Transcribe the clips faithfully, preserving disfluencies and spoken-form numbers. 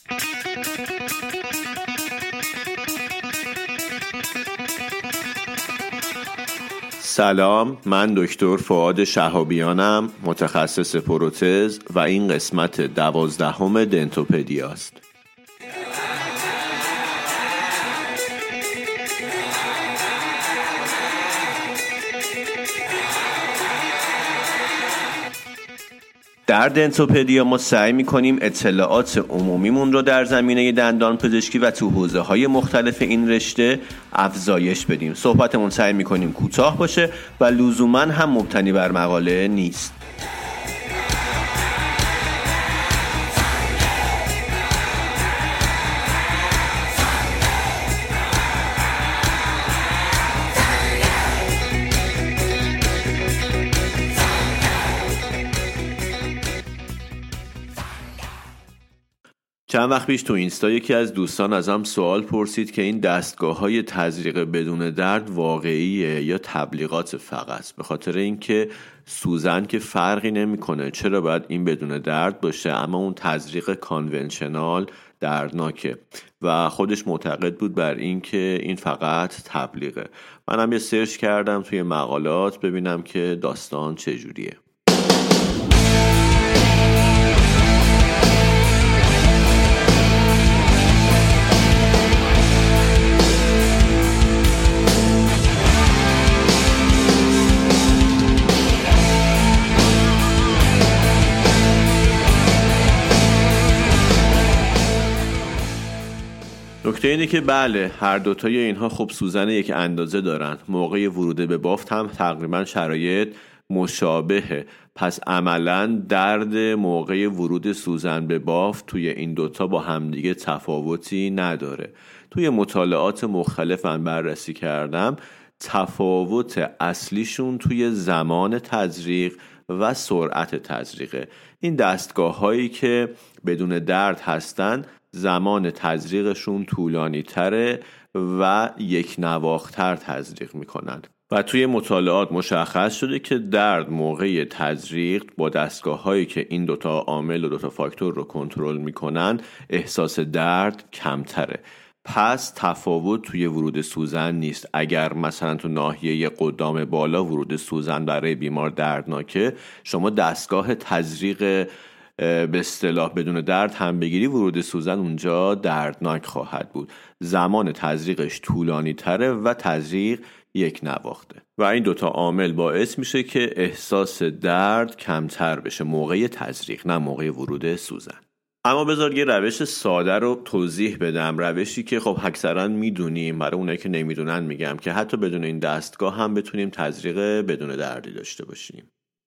سلام، من دکتر فؤاد شهابیانم، متخصص پروتز و این قسمت دوازدهم دنتوپدیا است. در دنتوپدیا ما سعی می‌کنیم اطلاعات عمومیمون رو در زمینه دندان پزشکی و تو حوزه‌های مختلف این رشته افزایش بدیم. صحبتمون سعی می‌کنیم کوتاه باشه و لزوماً هم مبتنی بر مقاله نیست. چند وقت پیش تو اینستا یکی از دوستان ازم سوال پرسید که این دستگاه‌های تزریق بدون درد واقعیه یا تبلیغات فقط، به خاطر اینکه سوزن که فرقی نمی‌کنه، چرا باید این بدون درد باشه اما اون تزریق کانونشنال دردناکه؟ و خودش معتقد بود بر این که این فقط تبلیغه. منم یه سرچ کردم توی مقالات ببینم که داستان چجوریه. نکته اینه که بله، هر دوتای اینها خب سوزن یک اندازه دارن. موقع ورود به بافت هم تقریبا شرایط مشابهه، پس عملا درد موقع ورود سوزن به بافت توی این دوتا با همدیگه تفاوتی نداره. توی مطالعات مختلف من بررسی کردم، تفاوت اصلیشون توی زمان تزریق و سرعت تزریقه. این دستگاه هایی که بدون درد هستن زمان تزریقشون طولانی تره و یک نواختر تزریق میکنن و توی مطالعات مشخص شده که درد موقع تزریق با دستگاه هایی که این دوتا عامل و دوتا فاکتور رو کنترل میکنن احساس درد کمتره. پس تفاوت توی ورود سوزن نیست. اگر مثلا تو ناحیه قدام بالا ورود سوزن برای بیمار دردناکه، شما دستگاه تزریق به اصطلاح بدون درد هم بگیری، ورود سوزن اونجا دردناک خواهد بود. زمان تزریقش طولانی تره و تزریق یک نواخته و این دوتا عامل باعث میشه که احساس درد کمتر بشه موقع تزریق، نه موقع ورود سوزن. اما بذار یه روش ساده رو توضیح بدم، روشی که خب اکثرا میدونیم، برای اونایی که نمیدونن میگم که حتی بدون این دستگاه هم بتونیم تزریق بدون دردی داشته باشیم.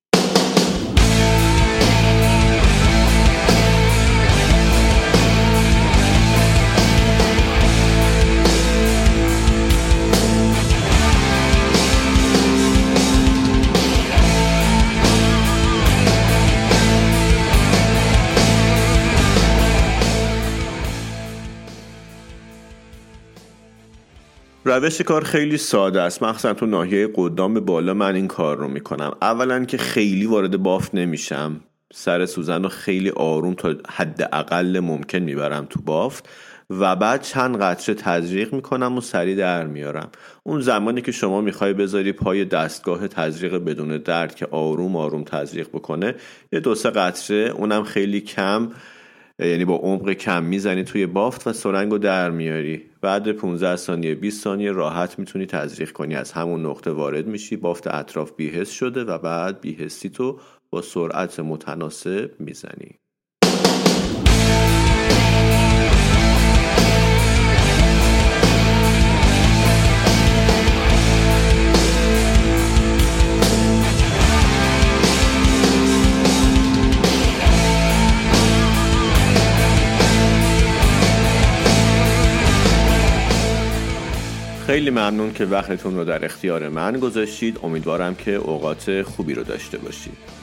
روش کار خیلی ساده است، مخصوصا تو ناحیه قدام بالا من این کار رو میکنم. اولا که خیلی وارد بافت نمیشم، سر سوزن رو خیلی آروم تا حد اقل ممکن میبرم تو بافت و بعد چند قطره تزریق میکنم و سریع در میارم. اون زمانی که شما میخوای بذاری پای دستگاه تزریق بدون درد که آروم آروم تزریق بکنه، یه دو سه قطره، اونم خیلی کم، یعنی با عمق کم میزنی توی بافت و سرنگو در میاری. بعد پانزده ثانیه بیست ثانیه راحت میتونی تزریق کنی. از همون نقطه وارد میشی، بافت اطراف بی‌حس شده و بعد بی‌حسی تو با سرعت متناسب میزنی. خیلی ممنون که وقتتون رو در اختیار من گذاشتید. امیدوارم که اوقات خوبی رو داشته باشید.